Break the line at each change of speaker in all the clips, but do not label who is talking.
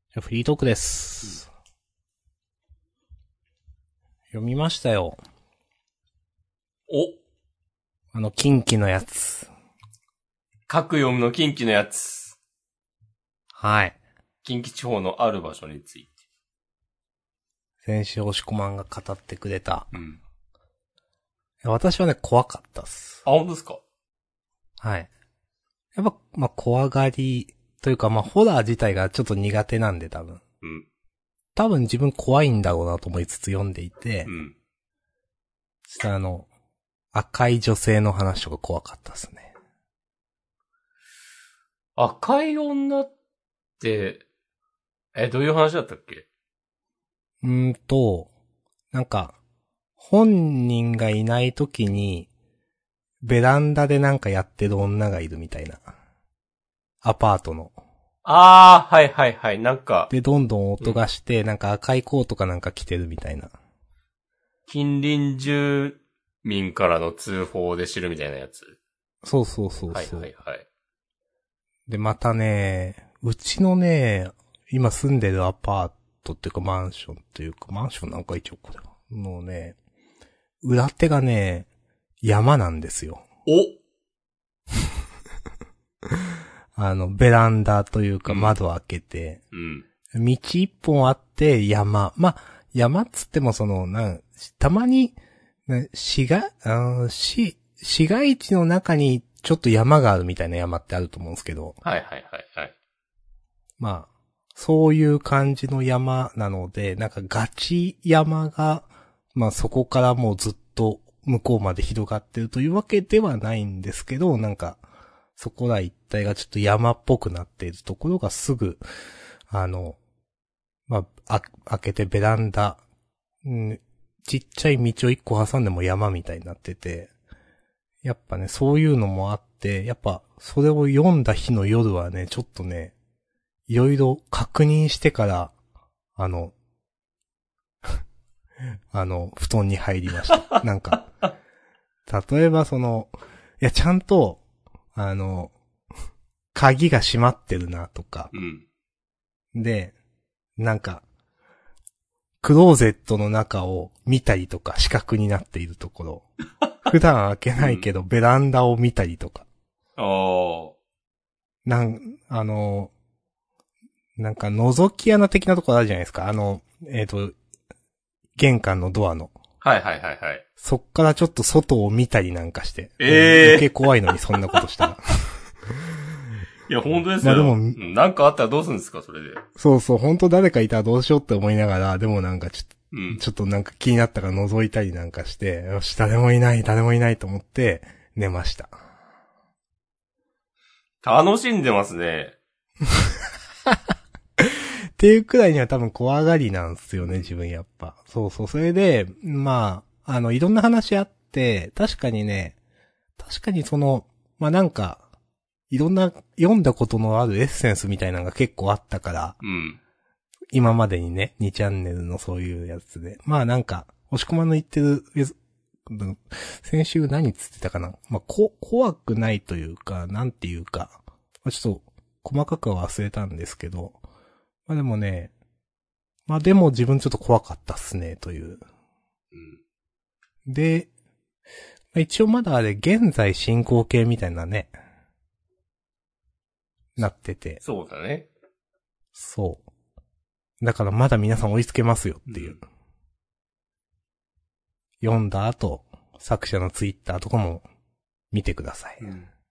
じゃあフリートークです。読みましたよ。近畿のやつ。
各読むの近畿のやつ。
はい。
近畿地方のある場所について。
先週押し込まんが語ってくれた。
うん。
私はね、怖かったっす。
あ、本当ですか？
はい。やっぱ、怖がり、というかホラー自体がちょっと苦手なんで多分。
うん。
多分自分怖いんだろうなと思いつつ読んでいて。
うん。
そしたら赤い女性の話とか怖かったっすね。
赤い女って、どういう話だったっけ？
なんか、本人がいない時に、ベランダでなんかやってる女がいるみたいな。アパートの。
はいはいはい。なんか、
で、どんどん音がして、なんか赤いコートかなんか着てるみたいな。
近隣住民からの通報で知るみたいなやつ。
そうそうそうそう。
はいはいはい。
で、またね、うちのね、今住んでるアパートっていうかマンションっていうか、マンションなんか一応これは。もうね、裏手がね、山なんですよ。ベランダというか窓開けて、道一本あって山。山っつってもたまに、市街地の中にちょっと山があるみたいな山ってあると思うんですけど。
はいはいはいはい。
そういう感じの山なので、なんかガチ山が、そこからもうずっと向こうまで広がってるというわけではないんですけど、なんか、そこら一帯がちょっと山っぽくなっているところがすぐ、開けてベランダ、ちっちゃい道を一個挟んでも山みたいになってて、やっぱね、そういうのもあって、やっぱ、それを読んだ日の夜はね、ちょっとね、いろいろ確認してから、布団に入りました。なんか、例えばちゃんと、鍵が閉まってるなとか、で、なんか、クローゼットの中を見たりとか、四角になっているところ。普段開けないけど、ベランダを見たりとか。なんか覗き穴的なところあるじゃないですか。玄関のドアの。
はいはいはいはい。
そっからちょっと外を見たりなんかして。余計怖いのにそんなことしたら。
いや、本当ですよ。でも、なんかあったらどうするんですか、それで。
そうそう、本当誰かいたらどうしようって思いながら、でもなんかちょっとなんか気になったから覗いたりなんかして、よし、誰もいないと思って寝ました。
楽しんでますね。
っていうくらいには多分怖がりなんですよね、自分やっぱ。そうそう、それで、いろんな話あって、確かになんか、いろんな読んだことのあるエッセンスみたいなのが結構あったから、今までにね、2チャンネルのそういうやつで。なんか、押し込まの言ってる、先週何つってたかな。怖くないというか、なんていうか、ちょっと細かくは忘れたんですけど、でもね、でも自分ちょっと怖かったっすね、という。で、一応まだあれ、現在進行形みたいなね、なってて。
そうだね。
そう。だからまだ皆さん追いつけますよっていう。読んだ後、作者のツイッターとかも見てください。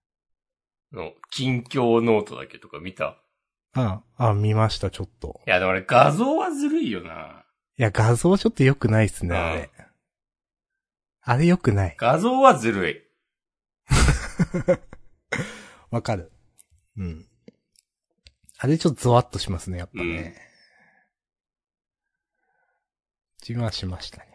近況ノートだけとか見た？
見ました、ちょっと。
いや、でもあれ画像はずるいよな。
いや、画像はちょっと良くないっすね、あれ。あれ良くない。
画像はずるい。
わかる。あれちょっとゾワッとしますね、やっぱね。自分はしましたね。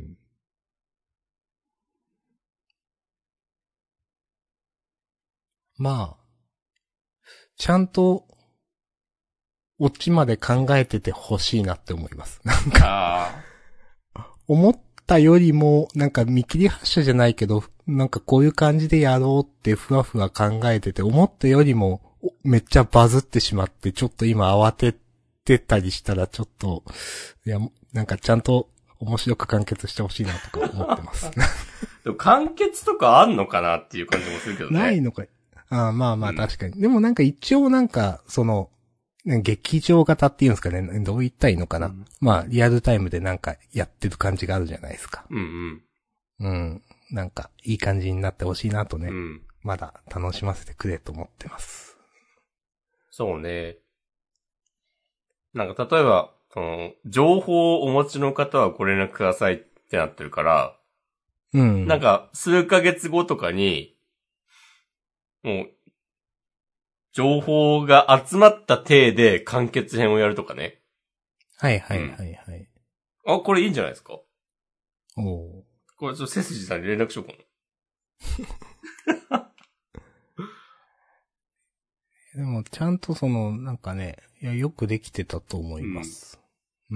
ちゃんと、オチまで考えててほしいなって思います。なんか、思ったよりも、なんか見切り発車じゃないけど、なんかこういう感じでやろうってふわふわ考えてて、思ったよりもめっちゃバズってしまって、ちょっと今慌ててたりしたらちょっと、いや、なんかちゃんと面白く完結してほしいなとか思ってます。
でも完結とかあんのかなっていう感じもするけどね。
ないのか。ああ、まあまあ確かに。でもなんか一応なんか、劇場型っていうんですかね。どう言ったらいいのかな。まあ、リアルタイムでなんかやってる感じがあるじゃないですか。
うん
うん。なんか、いい感じになってほしいなとね。
うん。
まだ楽しませてくれと思ってます。
そうね。なんか例えば、情報をお持ちの方はご連絡くださいってなってるから、
うん。
なんか数ヶ月後とかに、もう、情報が集まった体で完結編をやるとかね。
はいはいはいはい。
あ、これいいんじゃないですか？
おお。
これちょっと背筋さんに連絡しようかな。
でも、ちゃんとなんかね、いや、よくできてたと思います。うん。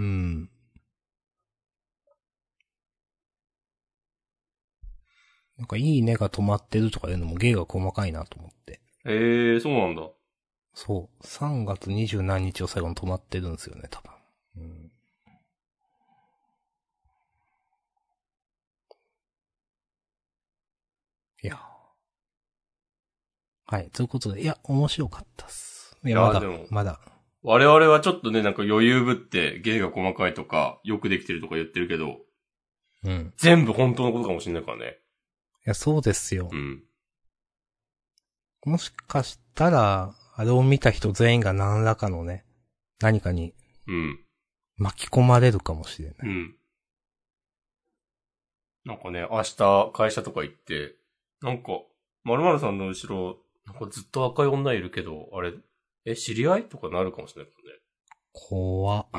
なんか、いいねが止まってるとかいうのも芸が細かいなと思って。
そうなんだ。
そう。3月20何日を最後に止まってるんですよね、多分。うん。いや。はい。ということで、いや、面白かったっす。いや、まだ
でも、
まだ。
我々はちょっとね、なんか余裕ぶって芸が細かいとか、よくできてるとか言ってるけど、
うん。
全部本当のことかもしれないからね。
いや、そうですよ。
うん。
もしかしたら、あれを見た人全員が何らかのね、何かに
うん。
巻き込まれるかもしれない。
うん。なんかね、明日会社とか行って、なんか、〇〇さんの後ろ、なんかずっと赤い女いるけど、あれ、知り合いとかなるかもしれないからね。
怖っ。
うん。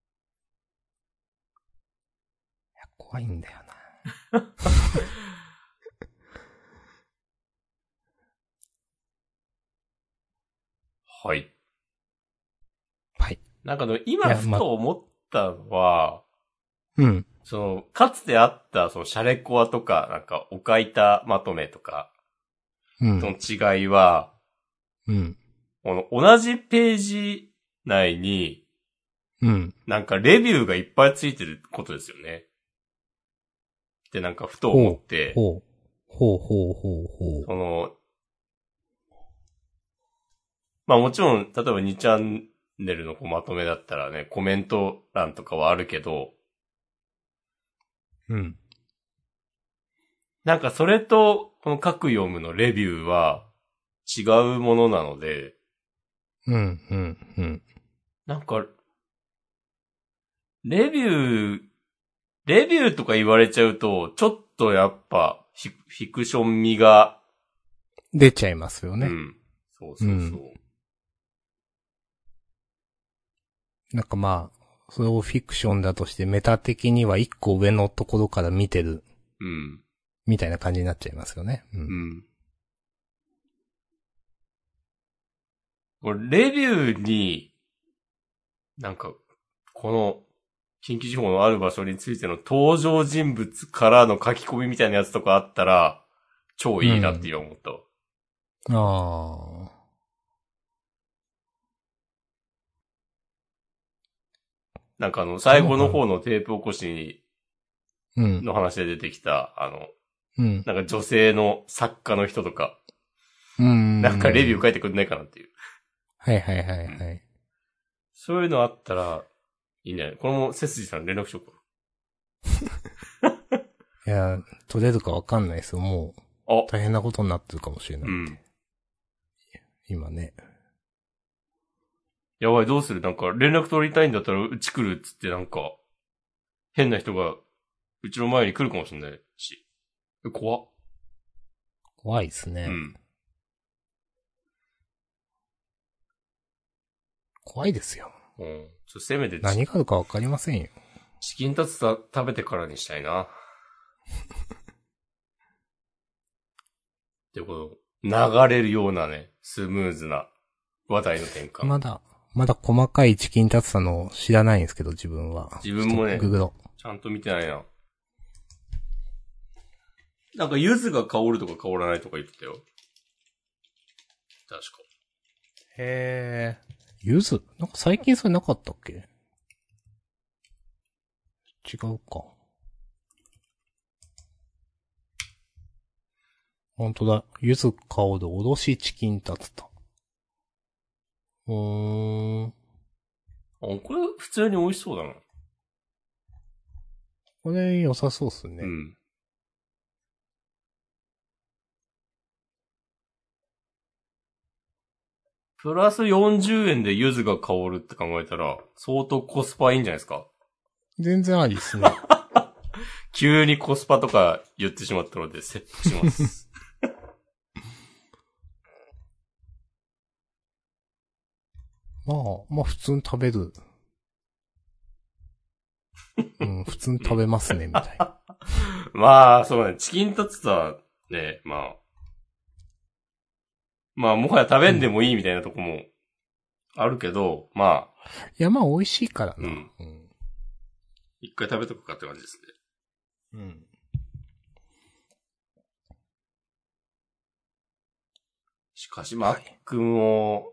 いや、怖いんだよな。
はい。
はい。
なんか今ふと思ったのは、
うん。
かつてあった、シャレコアとか、なんか、おかいたまとめとか、
うん。
その違いは、
うん。
同じページ内に、
うん。
なんかレビューがいっぱいついてることですよね。ってなんかふと思って、
ほう。ほうほうほうほう。
まあもちろん、例えば2チャンネルのまとめだったらね、コメント欄とかはあるけど、
うん。
なんかそれと、この各読むのレビューは違うものなので、
うん、うん、うん。
なんか、レビューとか言われちゃうと、ちょっとやっぱフィクション味が、
出ちゃいますよね。
うん。そうそうそう。
なんかまあ、それをフィクションだとしてメタ的には一個上のところから見てる。
うん。
みたいな感じになっちゃいますよね。うん。
うん。これレビューに、なんか、この、近畿地方のある場所についての登場人物からの書き込みみたいなやつとかあったら、超いいなって思ったわ。
ああ。
なんか最後の方のテープ起こしの話で出てきた、なんか女性の作家の人とか、なんかレビュー書いてくんないかなっていう。
はいはいはいはい。
そういうのあったら、いいね。これも背筋さん連絡しようか。
いや、取れるかわかんないですよ。もう、
あ、
大変なことになってるかもしれないんで。
うん。
今ね。
やばい、どうする？なんか、連絡取りたいんだったら、うち来るっつってなんか、変な人が、うちの前に来るかもしれないし。怖っ。
怖いですね。
うん。
怖いですよ。
うん。せめて
何があるかわかりませんよ。
チキンタツタ食べてからにしたいな。ってこと、流れるようなね、スムーズな話題の転換。
まだ細かいチキンタツタの知らないんですけど、自分は。
自分もね、
ググろ。
ちゃんと見てないな。なんか、柚子が香るとか香らないとか言ってたよ。確か。
へゆずなんか最近それなかったっけ？違うか。ほんとだ。ゆず香るおろしチキンタツタ。
あ、これ普通に美味しそうだな。
これ良さそうっすね。
うん。プラス40円で柚子が香るって考えたら、相当コスパいいんじゃないですか？
全然ありっすね。
急にコスパとか言ってしまったので、切腹します。
まあ普通に食べる。うん、普通に食べますね、みたいな。
まあ、そうね。チキンタツタ、ね、まあ、もはや食べんでもいいみたいなとこもあるけど、まあ。
いや、まあ美味しいからな。
うん。一回食べとくかって感じです
ね。うん。
しかし、マックも、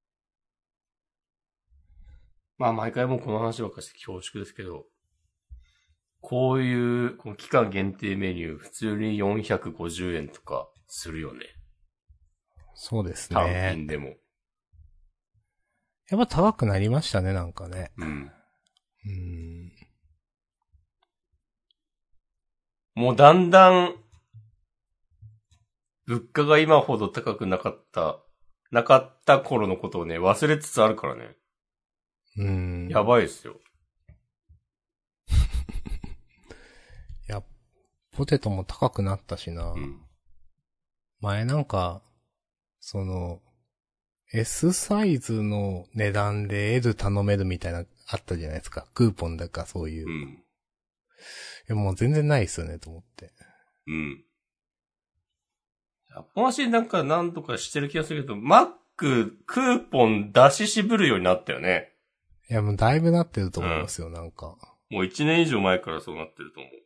まあ、毎回もうこの話ばっかりして恐縮ですけど、こういう、この期間限定メニュー、普通に450円とかするよね。
そうですね。
単品でも。
やっぱ高くなりましたね、なんかね。
うん。もうだんだん、物価が今ほど高くなかった頃のことをね、忘れつつあるからね。やばいですよ。
いや、ポテトも高くなったしな。
うん。
前なんか、S サイズの値段で L 頼めるみたいな、あったじゃないですか。クーポンだかそういう。
うん。
いや、もう全然ないっすよね、と思って。
うん。もしなんか何とかしてる気がするけど、マック、クーポン出し渋るようになったよね。
いや、もうだいぶなってると思いますよ、なんか。
もう1年以上前からそうなってると思う。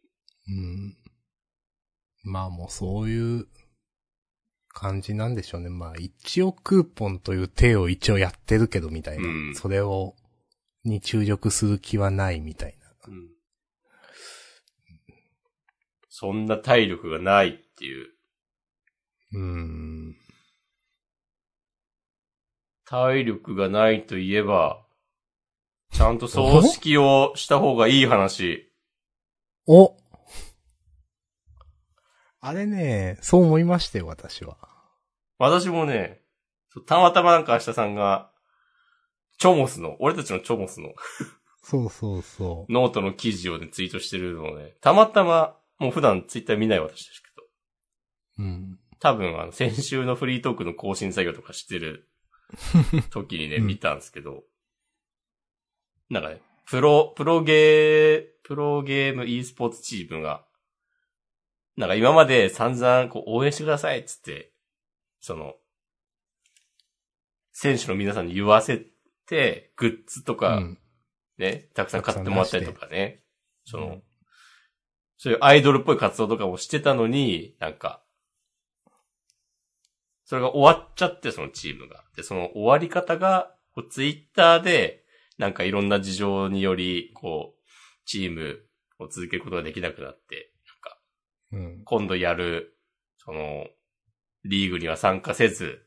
まあもうそういう感じなんでしょうね。まあ一応クーポンという手を一応やってるけどみたいな。それに注力する気はないみたいな。
そんな体力がないっていう。体力がないといえば、ちゃんと葬式をした方がいい話。
あれね、そう思いましたよ、私は。
私もね、たまたまなんか明日さんが、俺たちのチョモスの
そうそうそう。
ノートの記事をね、ツイートしてるのをね、たまたま、もう普段ツイッター見ない私ですけど。多分先週のフリートークの更新作業とかしてる時にね、見たんですけど。なんかね、プロゲーム e スポーツチームが、なんか今まで散々応援してくださいっつって、選手の皆さんに言わせて、グッズとか、ね、たくさん買ってもらったりとかね。そういうアイドルっぽい活動とかもしてたのに、なんか、それが終わっちゃって、そのチームが。で、その終わり方が、ツイッターで、なんかいろんな事情により、チームを続けることができなくなって、なんか、今度やる、リーグには参加せず、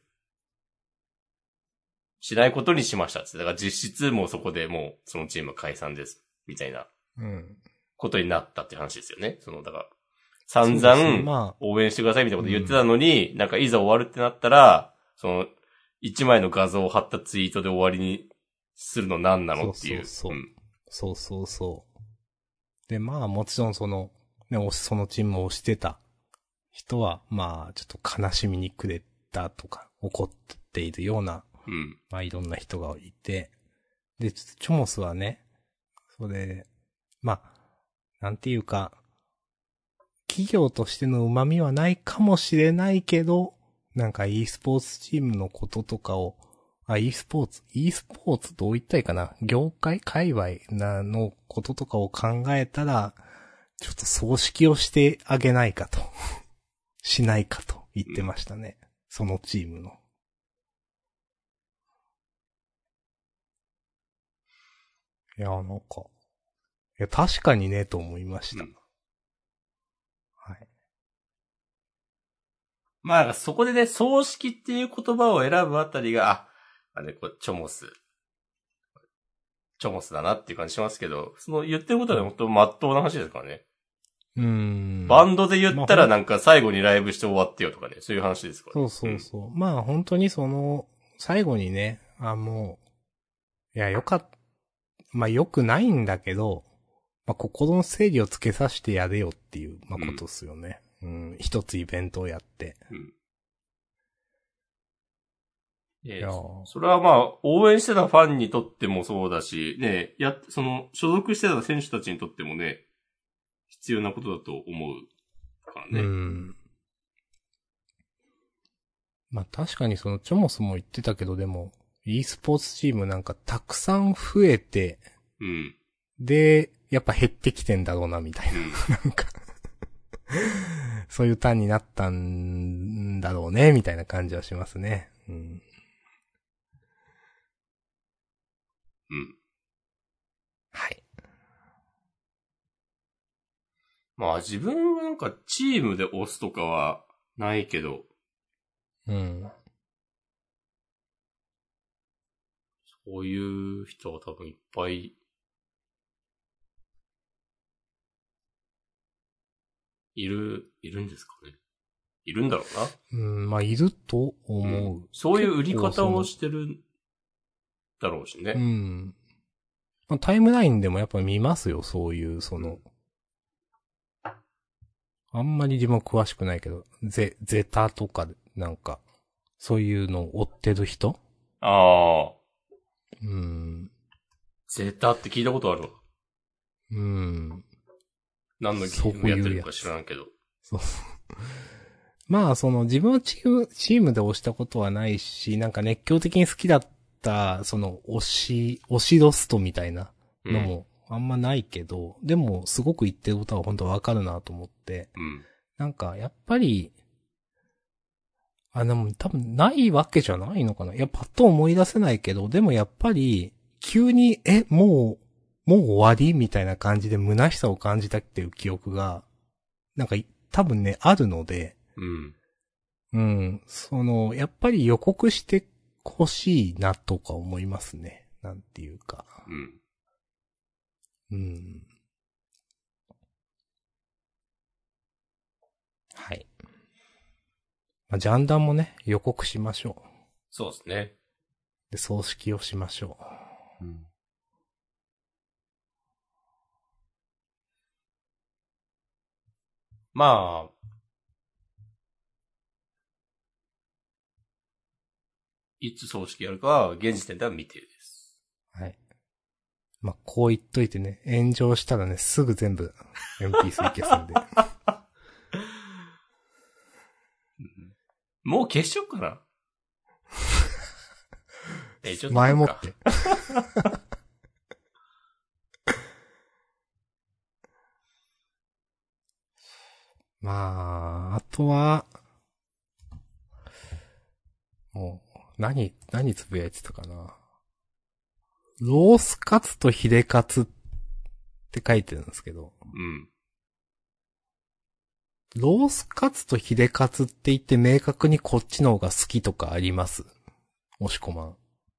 しないことにしましたって。だから実質もうそこでもう、そのチームは解散です。みたいな、ことになったって話ですよね。だから、散々、応援してくださいみたいなこと言ってたのに、なんかいざ終わるってなったら、一枚の画像を貼ったツイートで終わりにするの何なのっていう。
そう。で、まあもちろんそのチームを推してた人は、まあちょっと悲しみに暮れたとか、怒っているような、まあいろんな人がいて、で、チョモスはね、まあ、なんていうか、企業としての旨味はないかもしれないけど、なんか e スポーツチームのこととかを、e スポーツどう言ったらいいかな、業界界隈のこととかを考えたら、ちょっと葬式をしてあげないかと。しないかと言ってましたね。そのチームの。 いや、なんか、いや、確かにね、と思いました。
うん。
はい。
まあ、なんかそこでね、葬式っていう言葉を選ぶあたりが、チョモス。チョモスだなっていう感じしますけど、その言ってることは本当真っ当な話ですからね。バンドで言ったらなんか最後にライブして終わってよとかね、そういう話ですからね。
そう。まあ本当に最後にね、もう、いや、まあ良くないんだけど、まあ心の整理をつけさせてやれよっていう、まあことっすよね。一つイベントをやって。
うん。
いや
それはまあ、応援してたファンにとってもそうだし、ね、所属してた選手たちにとってもね、必要なことだと思うからね。
まあ確かにチョモスも言ってたけど、でも、e スポーツチームなんかたくさん増えて、
うん。
で、やっぱ減ってきてんだろうな、みたいな。なんかそういうターンになったんだろうね、みたいな感じはしますね。うん。はい。
まあ自分はなんかチームで押すとかはないけど、
うん。
そういう人は多分いっぱいいるんですかね。いるんだろうな。
まあ、いると思う。
そういう売り方をしてるだろうしね。
まあ、タイムラインでもやっぱ見ますよ、そういう、あんまり自分は詳しくないけど、ゼタとか、なんか、そういうのを追ってる人
ああ。ゼタって聞いたことあるわ。何のゲームやってるのか知らんけど。
そう。まあ、自分はチームで押したことはないし、なんか熱狂的に好きだった、押しロストみたいなのもあんまないけど、でも、すごく言ってることは本当わかるなと思って、なんか、やっぱり、でも多分ないわけじゃないのかな。いや、パッと思い出せないけど、でもやっぱり、急に、もう終わりみたいな感じで虚しさを感じたっていう記憶が、なんか、多分ね、あるので、やっぱり予告してほしいなとか思いますね。なんていうか。はい。まあ、ジャンダンもね、予告しましょう。
そうですね。
で、葬式をしましょう。
まあ、いつ葬式やるかは、現時点では未定です。
はい。まあ、こう言っといてね、炎上したらね、すぐ全部 MP3 消すんで。
もう消しちゃおうかな。ちょっと
前もって。まあ、あとは、もう、何つぶやいてたかな。ロースカツとヒレカツって書いてるんですけど。ロースカツとヒレカツって言って明確にこっちの方が好きとかあります？押し込まん。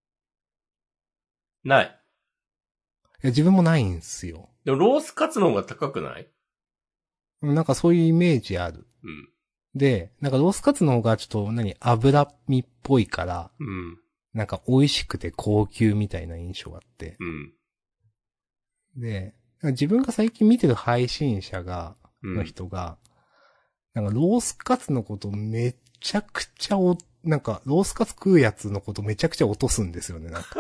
ない。
いや、自分もないんすよ。
でもロースカツの方が高くない？
なんかそういうイメージある。で、なんかロースカツの方がちょっと脂身っぽいから、なんか美味しくて高級みたいな印象があって。で、自分が最近見てる配信者の人が、なんかロースカツのことめちゃくちゃなんかロースカツ食うやつのことめちゃくちゃ落とすんですよね、なんか。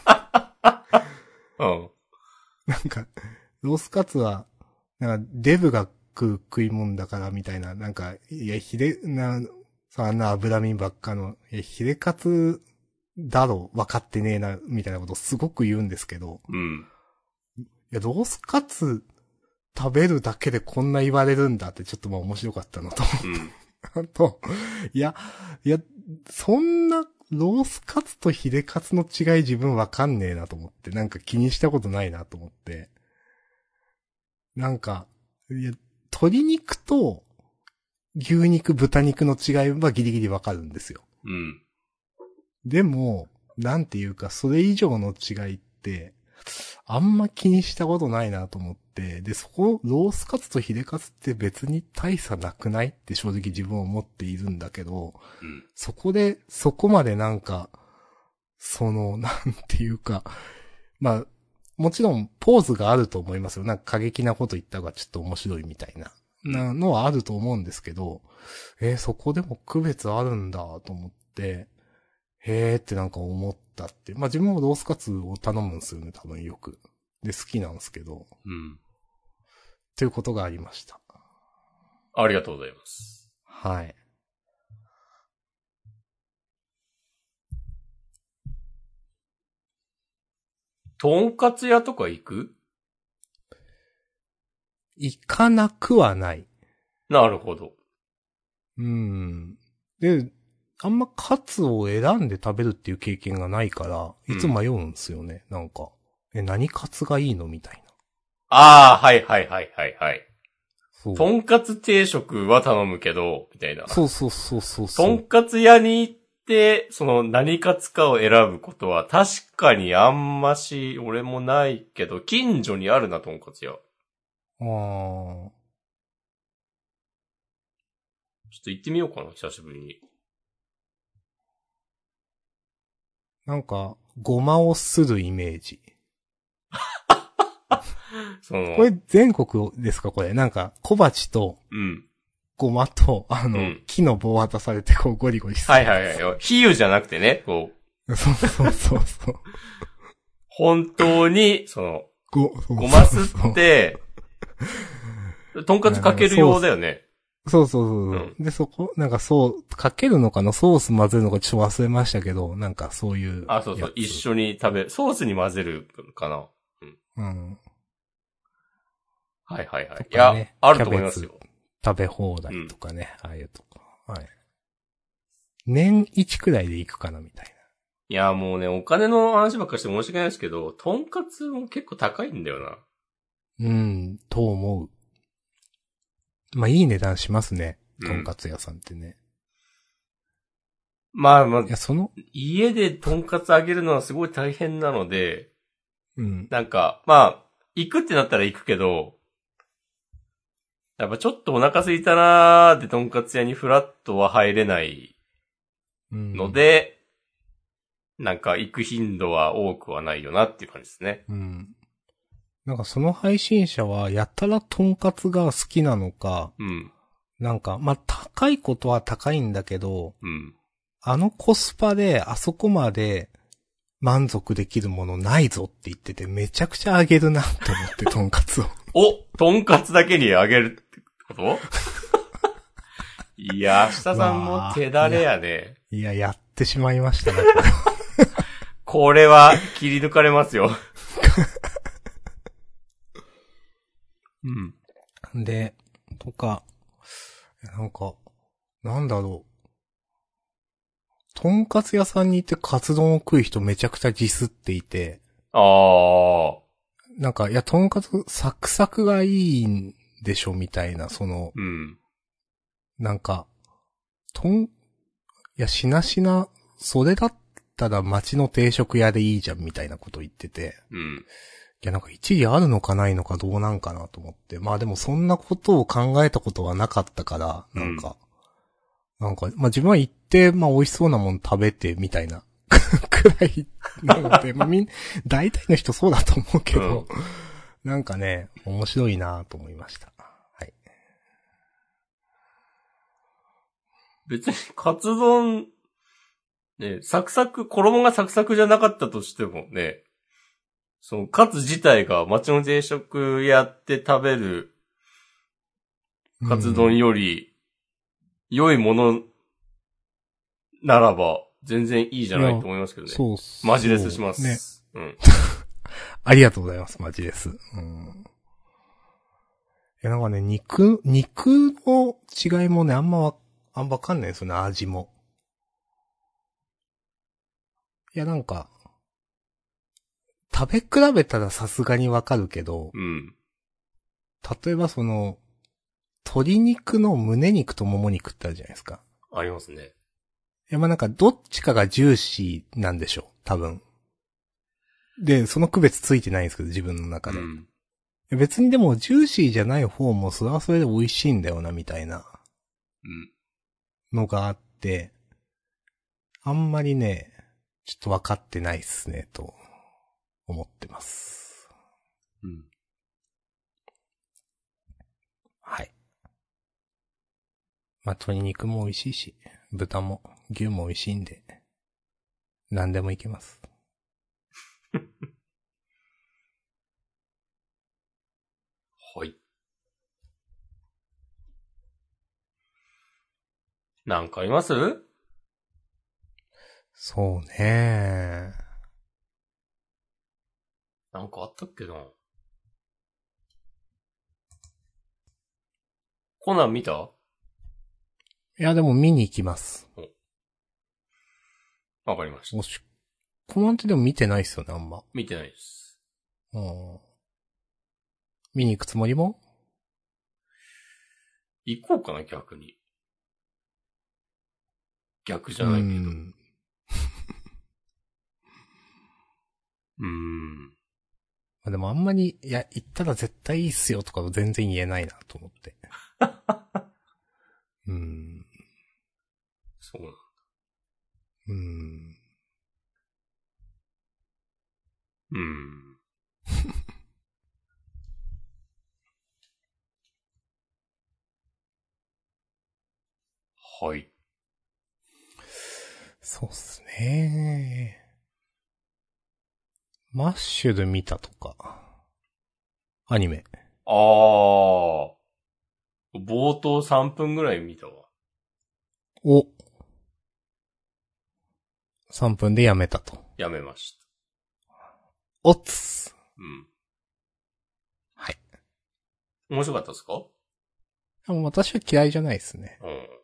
なんか、ロースカツは、なんかデブが食い物だからみたいな、なんか、いや、あんな脂身ばっかの、ヒレカツだろ、分かってねえな、みたいなことをすごく言うんですけど、いや、ロースカツ食べるだけでこんな言われるんだってちょっとまあ面白かったのと、あと、いや、そんなロースカツとヒレカツの違い自分わかんねえなと思って、なんか気にしたことないなと思って。なんか、いや、鶏肉と牛肉、豚肉の違いはギリギリわかるんですよ。
うん。
でも、なんていうか、それ以上の違いって、あんま気にしたことないなと思って、で、ロースカツとヒレカツって別に大差なくないって正直自分は思っているんだけど、
うん。
そこまでなんか、なんていうか、まあ、もちろんポーズがあると思いますよ。なんか過激なこと言った方がちょっと面白いみたいな、なのはあると思うんですけど、そこでも区別あるんだと思って、へーってなんか思ったって。まあ自分もロースカツを頼むんですよね、多分よく。で、好きなんですけど。
うん。
ということがありました。
ありがとうございます。
はい。
とんかつ屋とか行く？
行かなくはない。
なるほど。
で、あんまカツを選んで食べるっていう経験がないから、いつも迷うんですよね、なんか。何カツがいいのみたいな。
ああ、はいはいはいはいはい。
そう。
とんかつ定食は頼むけど、みたいな。
そうそうそうそう
とんかつ屋に行って、その何カツかを選ぶことは確かにあんまし、俺もないけど、近所にあるな、とんかつ屋。ちょっと行ってみようかな、久しぶりに。
なんか、ごまをするイメージ。これ全国ですかこれ。なんか、小鉢と、ごまと、木の棒渡されてこうゴリゴリする。
はいはいはい。比喩じゃなくてね、こ
う。そうそうそうそう。
本当に、ごますって、とんかつかけるようだよね。
そうそうそう。で、なんかかけるのかなソース混ぜるのかちょっと忘れましたけど、なんかそういう。
あ、そうそう。一緒にソースに混ぜるかな。
うん。
はいはいはい。
ね、
いや、あると思いますよ。
食べ放題とかね、ああいうとか。はい。年一くらいで行くかなみたいな。
いや、もうね、お金の話ばっかして申し訳ないですけど、とんかつも結構高いんだよな。
と思う。まあ、いい値段しますね。とんかつ屋さんってね。
まあまあ、
いや、
家でとんかつあげるのはすごい大変なので、なんか、まあ、行くってなったら行くけど、やっぱちょっとお腹空いたなーってとんかつ屋にフラットは入れないので、なんか行く頻度は多くはないよなっていう感じですね。
なんかその配信者はやたらとんかつが好きなのか、なんか、まあ、高いことは高いんだけど、あのコスパであそこまで満足できるものないぞって言っててめちゃくちゃあげるなと思ってとんかつを。
とんかつだけにあげるってこといや、明日さんも手だれやね。
いや、やってしまいましたね。
これは切り抜かれますよ。
で、とか、なんか、なんだろう。とんかつ屋さんに行ってカツ丼を食う人めちゃくちゃディスっていて。なんか、いや、とんかつサクサクがいいんでしょみたいな、なんか、いや、しなしな、それだったら町の定食屋でいいじゃんみたいなこと言ってて。いや、なんか一理あるのかないのかどうなんかなと思って。まあでもそんなことを考えたことはなかったから、なんか、まあ自分は行って、まあ美味しそうなもの食べてみたいなくらいなので、まあ大体の人そうだと思うけど、なんかね、面白いなと思いました。はい。
別にカツ丼、ね、衣がサクサクじゃなかったとしてもね、カツ自体が町の定食やって食べるカツ丼より良いものならば全然いいじゃないと思いますけどね。
そう
マジレスします。
ね。ありがとうございます、マジレス。なんかね、肉の違いもね、あんまわかんないですよね、味も。 いやなんか、食べ比べたらさすがにわかるけど、
うん。
例えばその、鶏肉の胸肉ともも肉ってあるじゃないですか。
ありますね。
いやまあなんかどっちかがジューシーなんでしょう、多分。で、その区別ついてないんですけど、自分の中で。
うん。
別にでもジューシーじゃない方もそれはそれで美味しいんだよな、みたいな
うん。
のがあって、あんまりね、ちょっと分かってないっすね、と思ってます。
うん。
はい。まあ、鶏肉も美味しいし、豚も牛も美味しいんで、何でもいけます。
はい。なんかあります？
そうね。
なんかあったっけな。コナン見た？
いや、でも見に行きます。
わかりました。
もし、コマンってでも見てないっすよね、あんま。
見てないです。
うん。見に行くつもりも
行こうかな、逆に。逆じ
う
ゃないけど。
ん。
うーん。
まあ、でもあんまり、いや、行ったら絶対いいっすよとか全然言えないなと思って。うん。
そうなの。
うん。
うーん。はい。
そうっすね。マッシュル見たとか。アニメ。
あー。冒頭3分ぐらい見たわ。
お。3分でやめたと。
やめました。
おつ。
うん。
はい。
面白かったですか？
でも私は嫌いじゃないですね。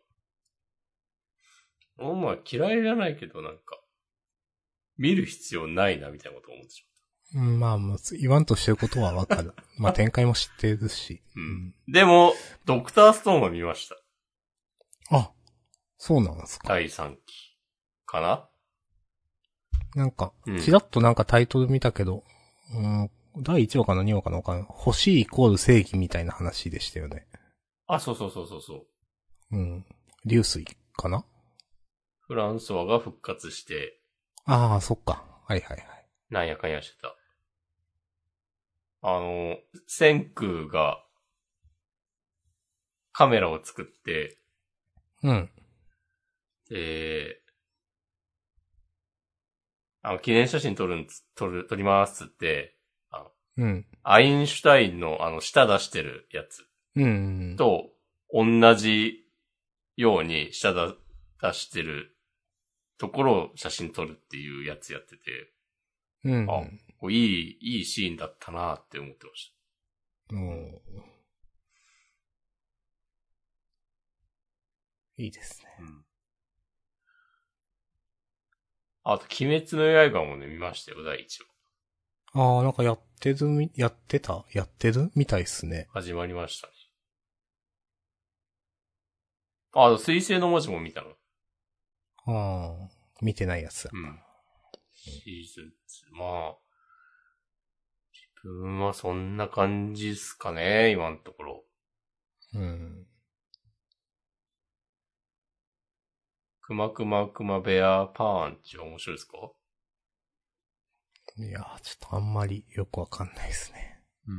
うん。まあ嫌いじゃないけどなんか、見る必要ないなみたいなことを思ってし
うん、まあ、もう言わんとしてることはわかる。まあ展開も知ってるし。
まった。うん。でも、ドクターストーンは見ました。
あ、そうなんですか。
第3期。かな？
なんか
う、ん。
ちらっとなんかタイトル見たけど、うん、第1話かな2話かなわかんない。欲しいイコール正義みたいな話でしたよね。
あ、そうそうそうそうそう。
うん。流水かな。
フランソワが復活して、
ああ、そっか。はいはいはい。
なんやかんやしてた。千空がカメラを作って、
うん。
で、記念写真撮りますっつって、
うん。
アインシュタインの舌出してるやつ
うん。
と同じように舌出してるところを写真撮るっていうやつやってて、
うん。
あ、こういいシーンだったなって思ってまし
うん。いいですね。
た。うん。あと、鬼滅の刃もね、見ましたよ、第1話。
ああ、なんかやってるみたいっすね。
始まりましたね。あ、水星の文字も見たの。
ああ、見てないやつだ。
うん。シーズン2。まあ、自分はそんな感じっすかね、今のところ。
うん。
くまくまくまベアパーンチは面白いですか？
いやー、ちょっとあんまりよくわかんないですね。
うん。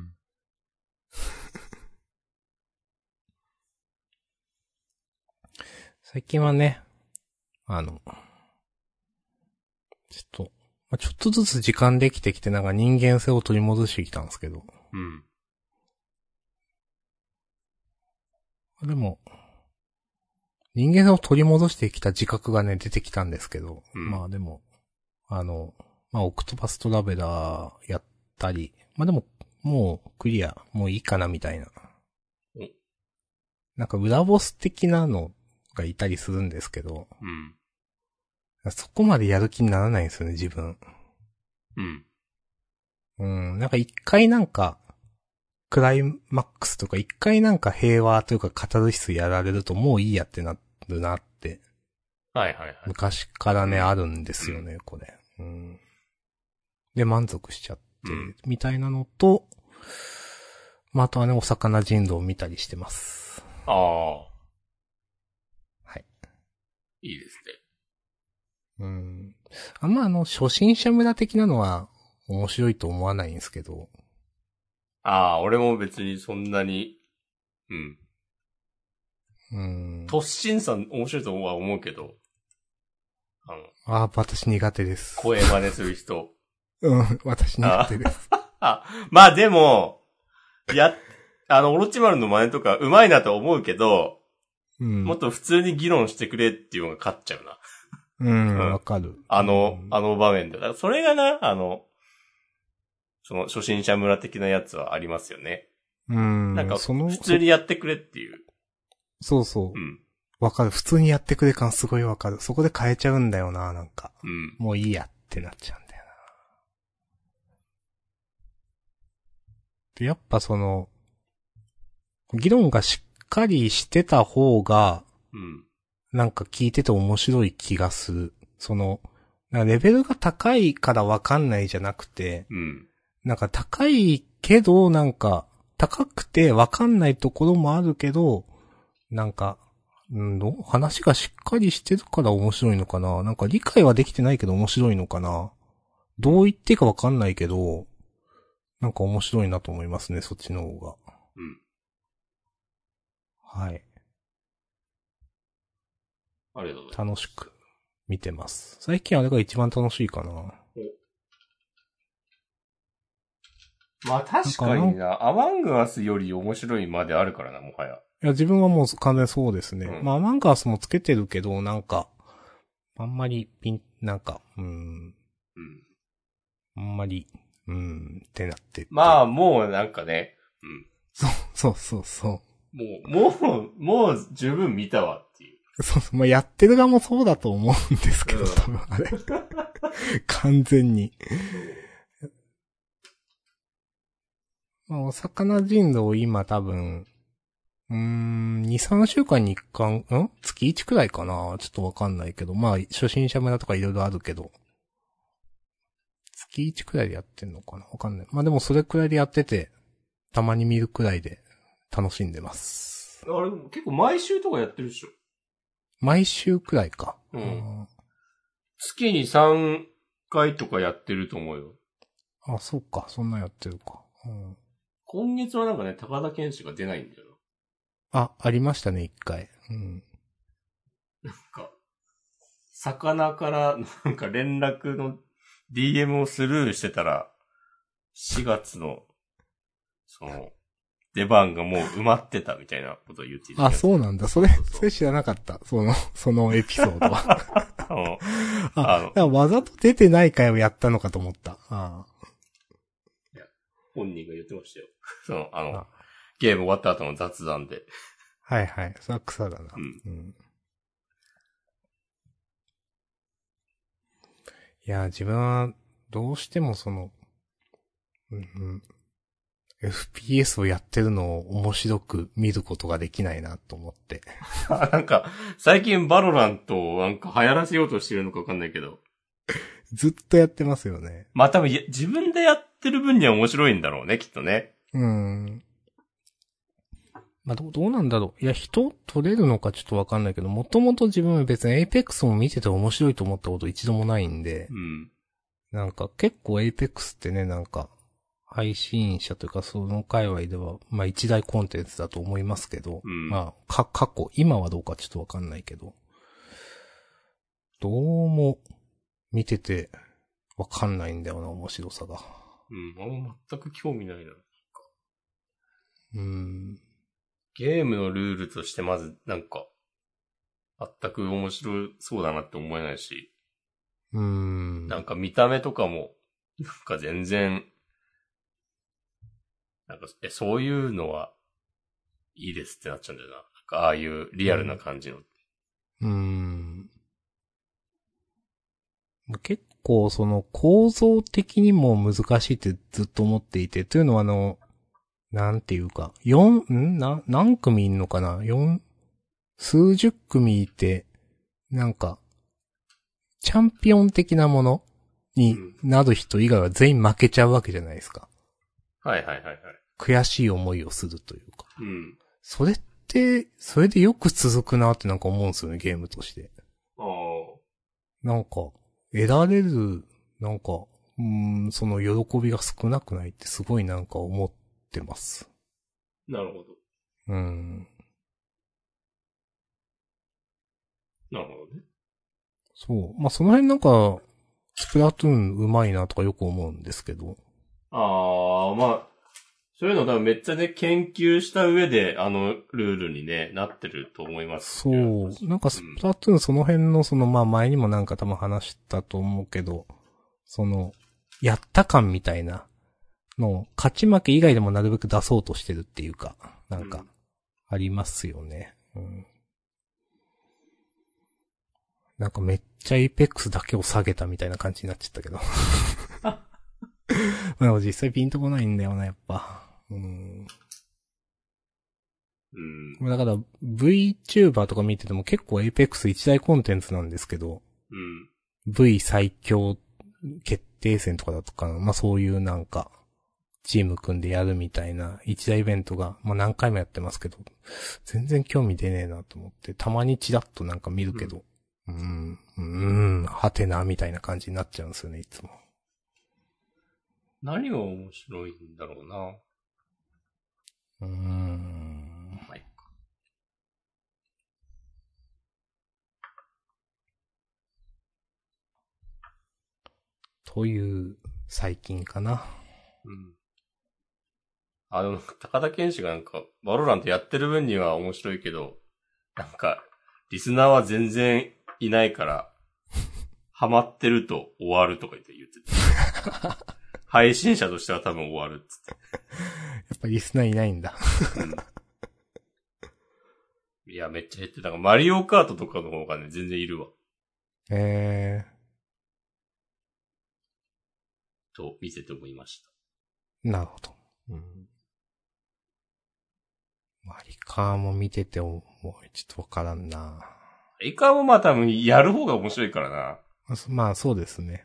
最近はね、ちょっと、まあ、ちょっとずつ時間できてきてなんか人間性を取り戻してきたんですけど。
うん。
でも、人間性を取り戻してきた自覚がね、出てきたんですけど。
うん
まあでも、まあオクトパストラベラーやったり、まあでも、もうクリア、もういいかなみたいな。
お。
なんか裏ボス的なのがいたりするんですけど、
うん。
そこまでやる気にならないんですよね、自分。
うん。
なんか一回なんか、クライマックスとか一回なんか平和というかカタルシスやられるともういいやってなるなって。
はいはいはい。
昔からね、あるんですよ
う
ね、これ。で、満足しちゃって、
うん。
みたいなのと、まあ、あとはね、お魚人狼を見たりしてます。
ああ、
はい。
いいですね。
あんま初心者村的なのは面白いと思わないんですけど。
ああ、俺も別にそんなに、うん。突進さん面白いとは思うけど、
私苦手です。
声真似する人。
私苦手です。
まあでも、オロチマルの真似とか上手いなと思うけど、もっと普通に議論してくれっていうのが勝っちゃうな。
わかる。
あの場面で。だからそれがな、その初心者村的なやつはありますよね。なんか、普通にやってくれっていう。
そうそう。わかる。普通にやってくれ感すごいわかる。そこで変えちゃうんだよな、なんか。もういいやってなっちゃうんだよな。で、やっぱ議論がしっかりしてた方が、なんか聞いてて面白い気がする。レベルが高いからわかんないじゃなくて、なんか高いけど、なんか、高くてわかんないところもあるけど、なんか、話がしっかりしてるから面白いのかな。なんか理解はできてないけど面白いのかな。どう言っていいかわかんないけど、なんか面白いなと思いますね、そっちの方が。はい。
ありがとうございます。
楽しく見てます。最近あれが一番楽しいかな。
まあ確かにな、アマングアスより面白いまであるからな、もはや。
いや、自分はもう完全そうですね。まあ、アマンガースもつけてるけど、なんか、あんまりなんか、あんまり、ってなってて。
まあ、もうなんかね、
そう。
もう十分見たわっていう。
そう、まあ、やってる側もそうだと思うんですけど、多分あれ。完全に。まあ、お魚人狼今多分、2、3週間に1回、月1くらいかなちょっとわかんないけど、まあ、初心者村とかいろいろあるけど、月1くらいでやってんのかなわかんない。まあでもそれくらいでやってて、たまに見るくらいで楽しんでます。
あれ、結構毎週とかやってるでしょ？
毎週くらいか。
月に3回とかやってると思うよ。
あ、そうか。そんなやってるか。
今月はなんかね、高田健志が出ないんだよ
な。ありましたね、1回。
なんか、魚からなんか連絡の DM をスルーしてたら、4月の、出番がもう埋まってたみたいなことを言っていた。
そうなんだ。それ知らなかった。そのエピソードは。だからわざと出てない回をやったのかと思った。
いや、本人が言ってましたよ。ゲーム終わった後の雑談で。
はいはい。それは草だな。いや、自分は、どうしてもFPS をやってるのを面白く見ることができないなと思って。
なんか、最近バロラントをなんか流行らせようとしてるのかわかんないけど。
ずっとやってますよね。
まあ多分自分でやってる分には面白いんだろうね、きっとね。
まあ、どうなんだろう。いや、人取れるのかちょっとわかんないけど、もともと自分は別に Apex も見てて面白いと思ったこと一度もないんで、なんか結構 Apex ってね、なんか、配信者というかその界隈では、まあ一大コンテンツだと思いますけど、まあ、過去、今はどうかちょっとわかんないけど、どうも見ててわかんないんだよな、面白さが。
全く興味ないな。
ゲ
ームのルールとしてまず、なんか、全く面白そうだなって思えないし。なんか見た目とかも、なんか全然、なんか、そういうのはいいですってなっちゃうんだよな。なんかああいうリアルな感じの。
結構その構造的にも難しいってずっと思っていて、というのはなんていうか、何組いんのかな？数十組いて、なんか、チャンピオン的なものになる人以外は全員負けちゃうわけじゃないですか。
はいはいはいはい。
悔しい思いをするというか。
うん。
それでよく続くなってなんか思うんですよね、ゲームとして。
ああ。
なんか、得られる、なんか、その喜びが少なくないってすごいなんか思ってます。
なるほど。
うん。
なるほどね。
そう。まあ、その辺なんか、スプラトゥーン上手いなとかよく思うんですけど。
ああ、まあ、そういうの多分めっちゃね、研究した上で、ルールにね、なってると思います
そ
ね。
う。なんかスプラトゥーンその辺のまあ前にもなんか多分話したと思うけど、やった感みたいなのを勝ち負け以外でもなるべく出そうとしてるっていうか、なんか、ありますよね。うん。なんかめっちゃエイペックスだけを下げたみたいな感じになっちゃったけど。でも実際ピンとこないんだよな、やっぱ。だから VTuber とか見てても結構 Apex 一大コンテンツなんですけど、V 最強決定戦とかだとか、まあそういうなんか、チーム組んでやるみたいな一大イベントが、まあ何回もやってますけど、全然興味出ねえなと思って、たまにチラッとなんか見るけど、はてな、みたいな感じになっちゃうんですよね、いつも。
何が面白いんだろうな。まあ、いっか。
という最近かな。
でも、高田健志がなんか、バロラントやってる分には面白いけど、なんか、リスナーは全然いないから、ハマってると終わるとか言ってた。配信者としては多分終わるっつって。
やっぱリスナーいないんだ。
いや、めっちゃ減って、なんかマリオカートとかの方がね、全然いるわ。と見せて思いました。
なるほど。マリカーも見ててもうちょっとわからんな。
マリカーもまあ多分やる方が面白いからな。
まあそうですね。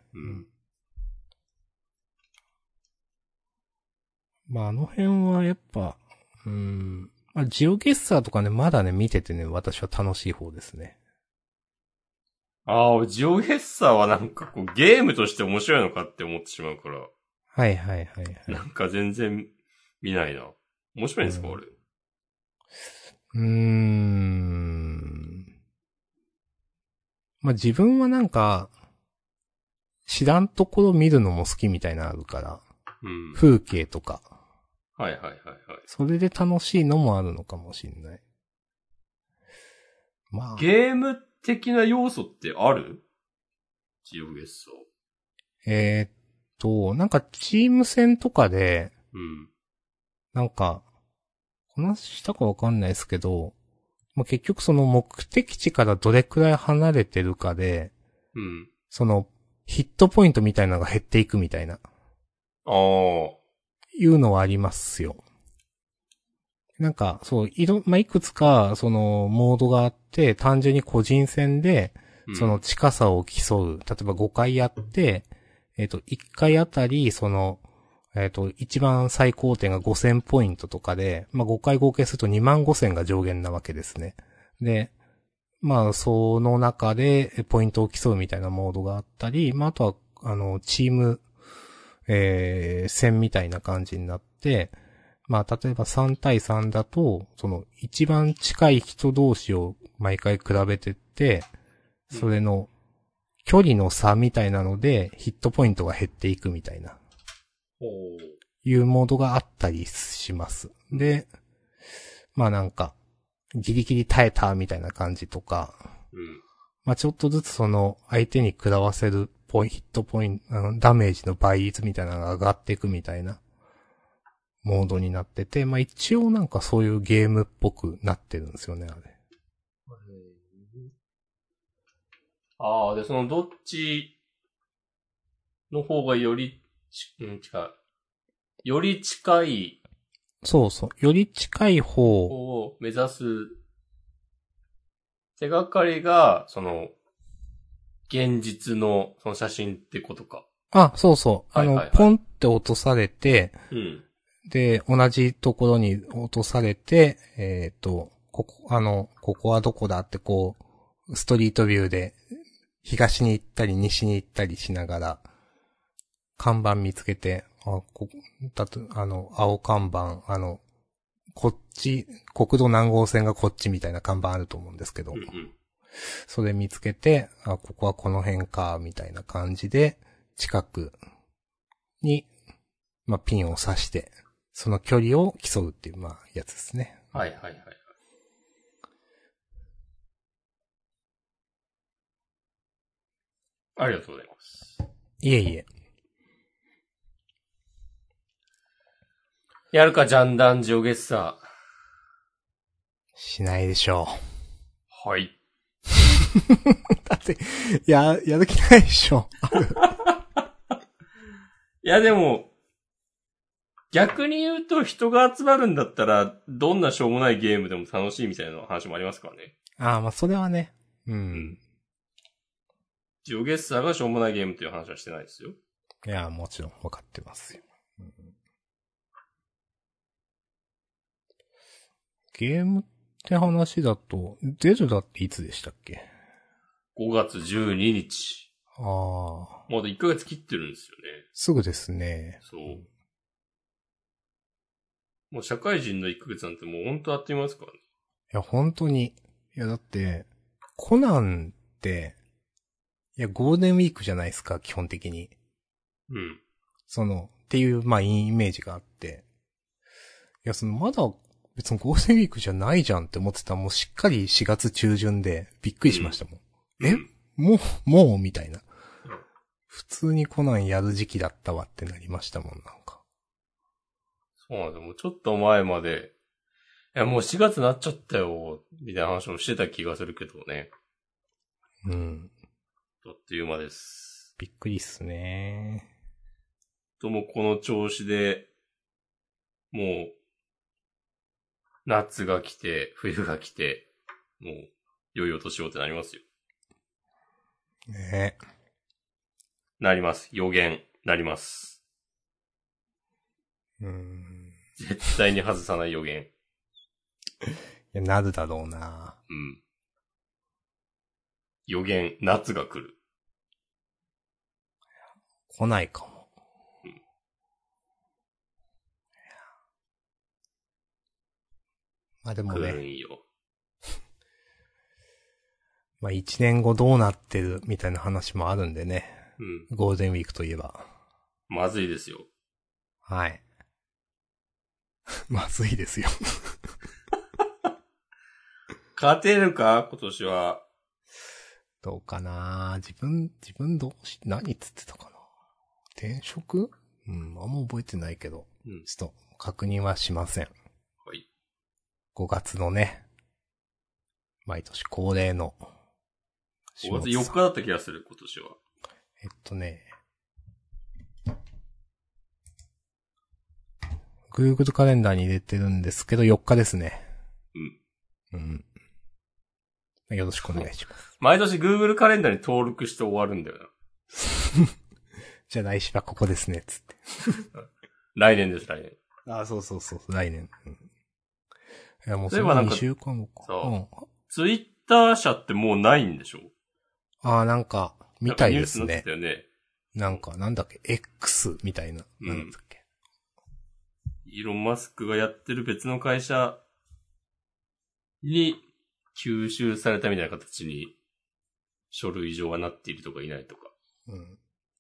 まああの辺はやっぱ、まあジオゲッサーとかね、まだね、見ててね、私は楽しい方ですね。
ジオゲッサーはなんかこうゲームとして面白いのかって思ってしまうから。
はいはいはいはい。
なんか全然見ないな。面白いんですか、あれ。
まあ自分はなんか、知らんところ見るのも好きみたいなのあるから。風景とか。
はいはいはいはい。
それで楽しいのもあるのかもしんない。まあ。
ゲーム的な要素ってある？ジオゲッサ
ー。なんかチーム戦とかで、なんか、この話したかわかんないですけど、まあ、結局その目的地からどれくらい離れてるかで、その、ヒットポイントみたいなのが減っていくみたいな。いうのはありますよ。なんか、そう、まあ、いくつか、モードがあって、単純に個人戦で、その近さを競う。例えば5回やって、1回あたり、一番最高点が5000ポイントとかで、まあ、5回合計すると25000が上限なわけですね。で、まあ、その中でポイントを競うみたいなモードがあったり、まあ、あとは、チーム、戦みたいな感じになって、まあ、例えば3対3だと、一番近い人同士を毎回比べてって、それの距離の差みたいなので、ヒットポイントが減っていくみたいな。いうモードがあったりします。で、まあなんか、ギリギリ耐えたみたいな感じとか、まあちょっとずつ相手に食らわせるヒットポイント、ダメージの倍率みたいなのが上がっていくみたいな、モードになってて、まあ一応なんかそういうゲームっぽくなってるんですよね、あれ。
で、どっちの方がより、違う。より近い
そうそう。より近い方。
方を目指す手がかりが、現実のその写真ってことか。
あ、そうそう。
はいはいはい
ポンって落とされて、
うん。
で、同じところに落とされて、ここはどこだってこう、ストリートビューで、東に行ったり西に行ったりしながら、看板見つけて、青看板、こっち、国道何号線がこっちみたいな看板あると思うんですけど、
うんうん。
それ見つけて、ここはこの辺か、みたいな感じで、近くに、まあ、ピンを刺して、その距離を競うっていう、まあ、やつですね。
はいはいはい。ありがとうございます。
いえいえ。
やるか、ジャンダンジオゲッサ
しないでしょ
ー。はい。
う。だって、やる気ないでしょ。
いやでも、逆に言うと人が集まるんだったら、どんなしょうもないゲームでも楽しいみたいな話もありますからね。
ああ、まあ、それはね。うん。
ジオゲッサーがしょうもないゲームっていう話はしてないですよ。
いや、もちろん分かってますよ。ゲームって話だと、ゼルダっていつでしたっけ？
5月12日。
ああ。
まだ1ヶ月切ってるんですよね。
すぐですね。
そう。もう社会人の1ヶ月なんてもうほんとあっという間ですからね。
いや、本当に。いや、だって、コナンって、いや、ゴールデンウィークじゃないですか、基本的に。
うん。
っていう、まあ、イメージがあって。いや、まだ、別にゴールデンウィークじゃないじゃんって思ってたら、もうしっかり4月中旬で、びっくりしましたもん。え、もうみたいな。普通にコナンやる時期だったわってなりましたもん、なんか。
そうなんですよ。もうちょっと前まで、いやもう4月になっちゃったよ、みたいな話もしてた気がするけどね。
うん。
あっという間です。
びっくりっすね。
ともこの調子で、もう、夏が来て、冬が来て、もう、良いお年をってなりますよ。
ねえ。
なります。予言、なります。絶対に外さない予言。
いや、なるだろうな。
うん。予言、夏が来る。
来ないかも。
うん、
まあでもね。
来るんよ。
まあ1年後どうなってるみたいな話もあるんでね。
うん。
ゴールデンウィークといえば。
まずいですよ。
はい。まずいですよ。
勝てるか今年は。
どうかな自分何っつってたかな転職？うん、あんま覚えてないけど。
うん。
ちょっと確認はしません。
はい。
5月のね、毎年恒例の。
5月4日だった気がする、今年は。
Google カレンダーに入れてるんですけど、4日ですね。
うん。
うん。よろしくお願いします。
毎年 Google カレンダーに登録して終わるんだよな。
じゃあ来週はここですね、つって。
来年です、来年。
あ、そう、来年。うん、いや、もう
それはなんか
2週間後か。
そう。
うん。
ツイッター社ってもうないんでしょ？
なんか、みたいですね。
なんかニュースになってたよね。
なんか、なんだっけ、X みたいな。なんだっけ。
イーロン・マスクがやってる別の会社に吸収されたみたいな形に書類上はなっているとかいないとか。
うん。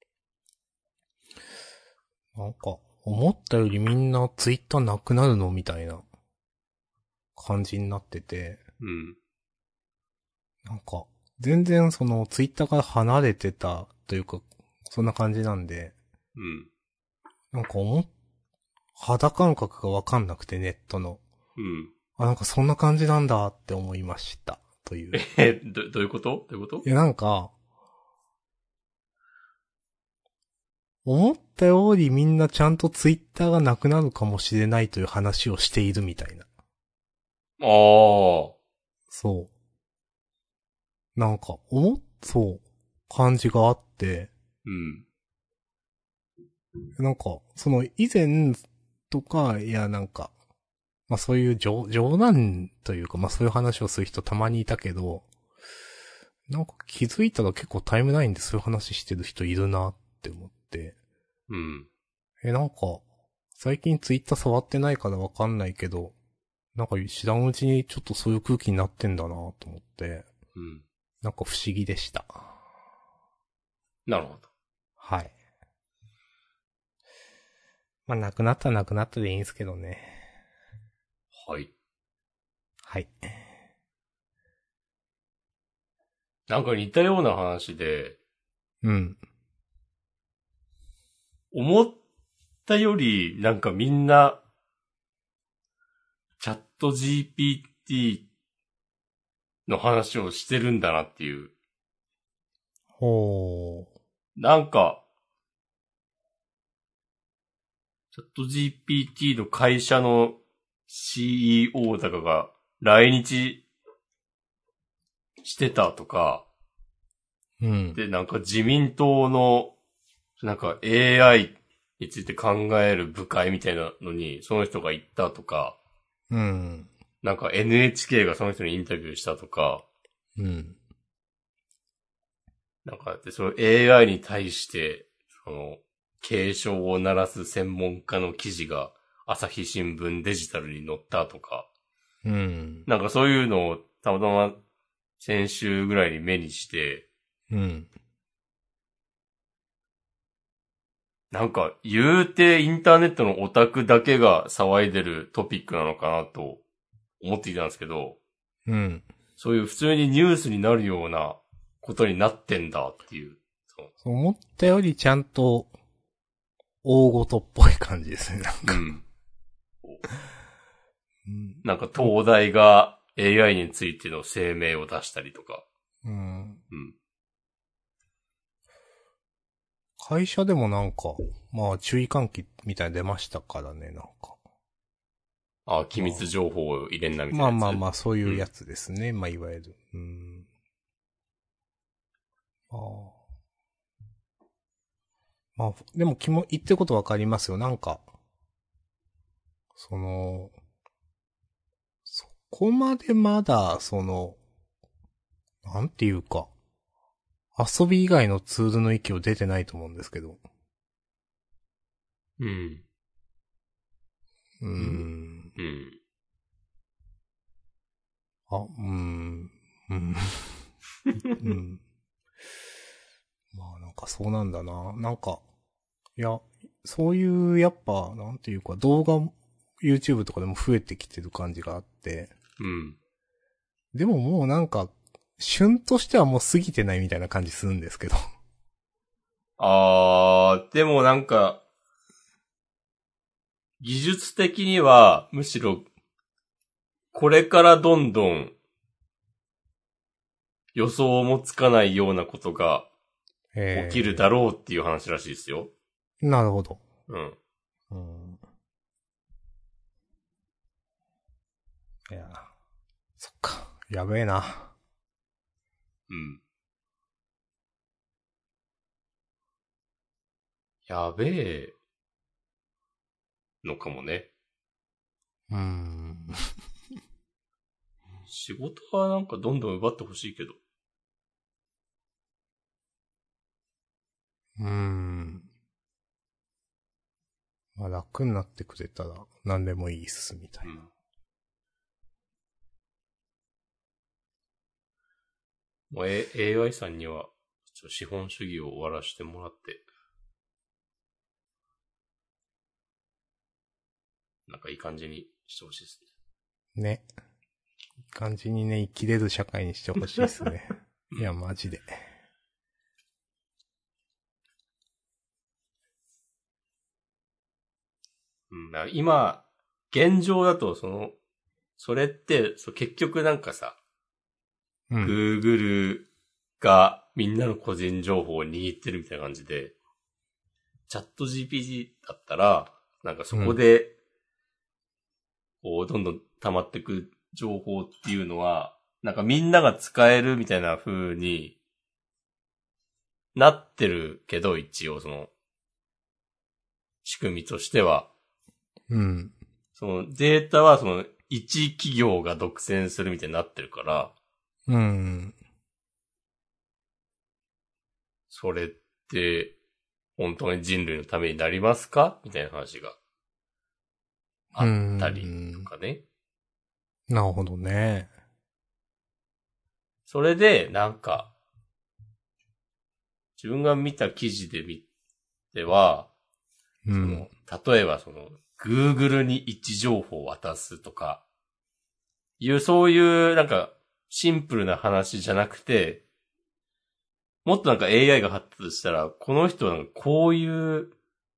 なんか、思ったよりみんなツイッターなくなるのみたいな感じになってて。
うん。
なんか、全然ツイッターから離れてたというか、そんな感じなんで。
うん。
なんか肌感覚がわかんなくてネットの。
うん。
なんかそんな感じなんだって思いました。という。
どういうこと？どういうこと？
いやなんか、 思ったよりみんなちゃんとツイッターがなくなるかもしれないという話をしているみたいな。
ああ。
そう。なんか、そう、感じがあって、
うん。
なんか、その以前とか、いやなんか、まあそういう冗談というか、まあそういう話をする人たまにいたけど、なんか気づいたら結構タイムラインでそういう話してる人いるなって思って。
うん。
なんか、最近ツイッター触ってないからわかんないけど、なんか知らんうちにちょっとそういう空気になってんだなと思って、
うん。
なんか不思議でした。
なるほど。
はい。まあなくなったらなくなったでいいんですけどね。
はい。
はい。
なんか似たような話で、
うん。
思ったより、なんかみんな、チャット GPT の話をしてるんだなっていう。
ほー。
なんか、チャット GPT の会社の CEO とかが来日してたとか、
うん。
で、なんか自民党の、なんか AI について考える部会みたいなのに、その人が行ったとか、
うん。
なんか NHK がその人にインタビューしたとか、
うん。
なんかで、その AI に対して、その、警鐘を鳴らす専門家の記事が朝日新聞デジタルに載ったとか、
うん。
なんかそういうのをたまたま先週ぐらいに目にして、
うん。
なんか言うてインターネットのオタクだけが騒いでるトピックなのかなと思っていたんですけど、
うん。
そういう普通にニュースになるようなことになってんだっていう。
そう思ったよりちゃんと、大ごとっぽい感じですね、なんか。
うん。
うん。
なんか東大が AI についての声明を出したりとか。
うん。
うん。
会社でもなんか、まあ注意喚起みたいに出ましたからね、なんか。
あ、機密情報を入れんなみたいなやつ。
まあまあまあ、そういうや
うん。
つですね。まあいわゆる。うん。まあ。まあ、でも言ってることわかりますよ。なんか、その、そこまでまだ、なんていうか、遊び以外のツールの域を出てないと思うんですけど。
うん。
うーん。
うん。
うん。うん。まあなんかそうなんだな。なんか、いや、そういうやっぱ、なんていうか動画、YouTube とかでも増えてきてる感じがあって、
うん。
でももうなんか、旬としてはもう過ぎてないみたいな感じするんですけど。
でもなんか、技術的には、むしろ、これからどんどん予想もつかないようなことが起きるだろうっていう話らしいですよ。
なるほど。
うん。
うん。いや、そっか。やべえな。
うん。やべえのかもね。
うーん。
仕事はなんかどんどん奪ってほしいけど。
うーん。まあ楽になってくれたら何でもいいっす、みたいな。
うん。もう、AI さんには、資本主義を終わらせてもらって、なんかいい感じにしてほしいです
ね。いい感じにね、生きれる社会にしてほしいっすね。
ね。
いや、マジで。
うん。だから今、現状だと、それって、結局なんかさ、
うん。
Google がみんなの個人情報を握ってるみたいな感じで、 チャット GPT だったら、なんかそこで、こう、どんどん溜まってく情報っていうのは、なんかみんなが使えるみたいな風になってるけど、一応その、仕組みとしては。
うん。
そのデータはその、一企業が独占するみたいになってるから、
うん。
それって、本当に人類のためになりますかみたいな話があったりとかね。
なるほどね。
それで、なんか、自分が見た記事で見ては、
うん。
例えばGoogle に位置情報を渡すとか、そういうなんか、シンプルな話じゃなくて、もっとなんか AI が発達したら、この人はなんかこういう思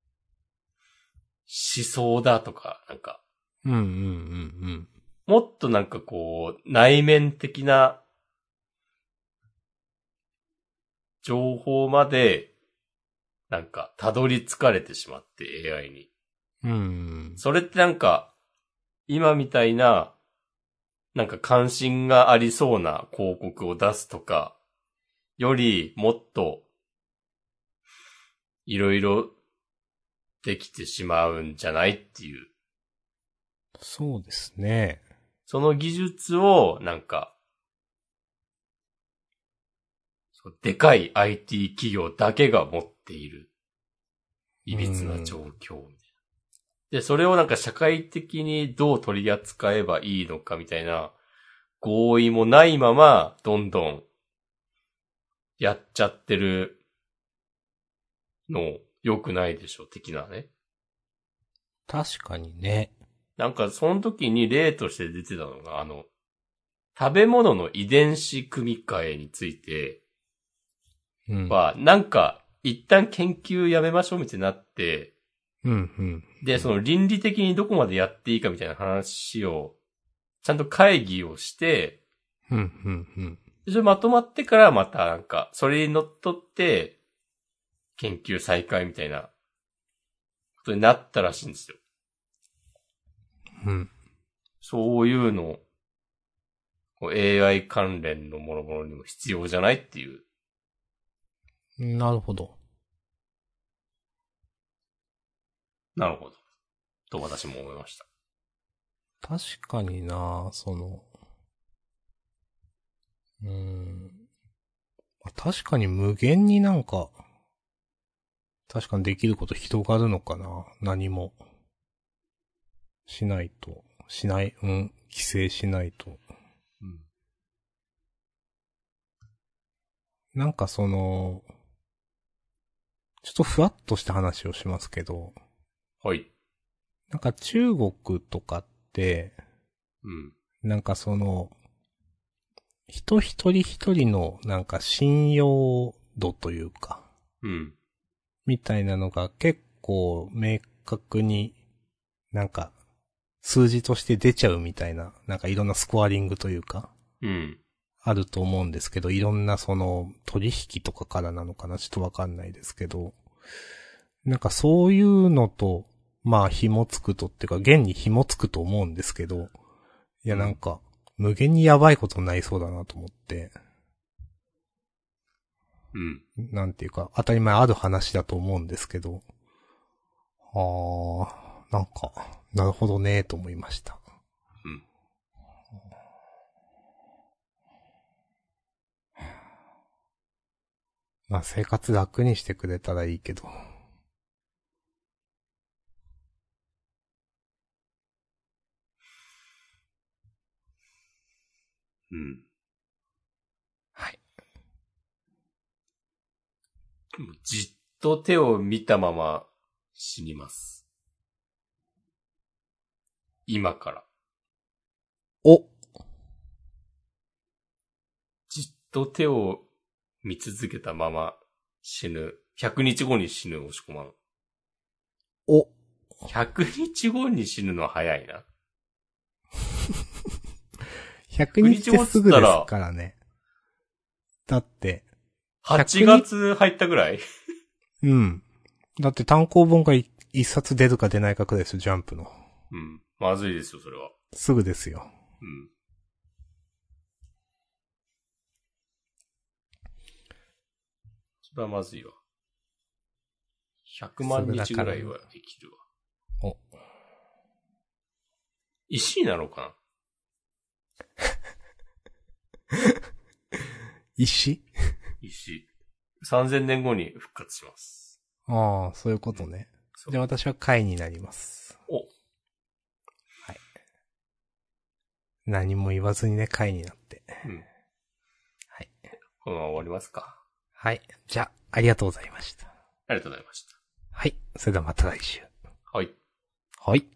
想だとか、なんか、
うんうんうん
もっとなんかこう、内面的な情報まで、なんか、たどり着かれてしまって AI に。
うん。うん。
それってなんか、今みたいな、なんか関心がありそうな広告を出すとか、よりもっと、いろいろできてしまうんじゃないっていう。
そうですね。
その技術を、なんか、でかい IT 企業だけが持っている。いびつな状況みたいな。で、それをなんか社会的にどう取り扱えばいいのかみたいな合意もないまま、どんどんやっちゃってるの良くないでしょ、的なね。
確かにね。
なんかその時に例として出てたのが、食べ物の遺伝子組み換えについては、なんか一旦研究やめましょうみたいになって、
うん。
で、その倫理的にどこまでやっていいかみたいな話を、ちゃんと会議をして、
うん。
それまとまってからまたなんか、それにのっとって、研究再開みたいなことになったらしいんですよ。
うん。
そういうの、AI 関連のものにも必要じゃないっていう。
なるほど。
なるほど。と私も思いました。
確かにな、確かに無限になんか、確かにできること広がるのかな。何も。しないと。規制しないと。
うん。
なんかちょっとふわっとした話をしますけど、
はい。
なんか中国とかって、
うん。
なんか人一人一人のなんか信用度というか、
うん。
みたいなのが結構明確になんか数字として出ちゃうみたいな、なんかいろんなスコアリングというか、
うん。
あると思うんですけど、いろんな取引とかからなのかなちょっとわかんないですけど、なんかそういうのと、まあ紐つくとっていうか、現に紐つくと思うんですけど、いやなんか、無限にやばいことになりそうだなと思って、
うん。
なんていうか、当たり前ある話だと思うんですけど、なんか、なるほどねと思いました。
うん。
まあ生活楽にしてくれたらいいけど。
うん。
はい。
じっと手を見たまま死にます。今から。
お
じっと手を見続けたまま死ぬ。100日後に死ぬ押し込まん。
お
100日後に死ぬのは早いな。
100日ってすぐですからね。だって、
8月入ったぐらい
うん。 だって単行本が一冊出るか出ないかくらいですよ、ジャンプの。
うん。まずいですよ、それは。
すぐですよ。
うん。それはまずいわ。100万日ぐらいはできるわ。
お。
石なのかな
石
3000年後に復活します。
ああ、そういうことね。じゃあ私は貝になります。
お。
はい。何も言わずにね、貝になって。
うん。
はい。
このまま終わりますか。
はい。じゃあ、ありがとうございました。
ありがとうございました。
はい。それではまた来週。
はい。
はい。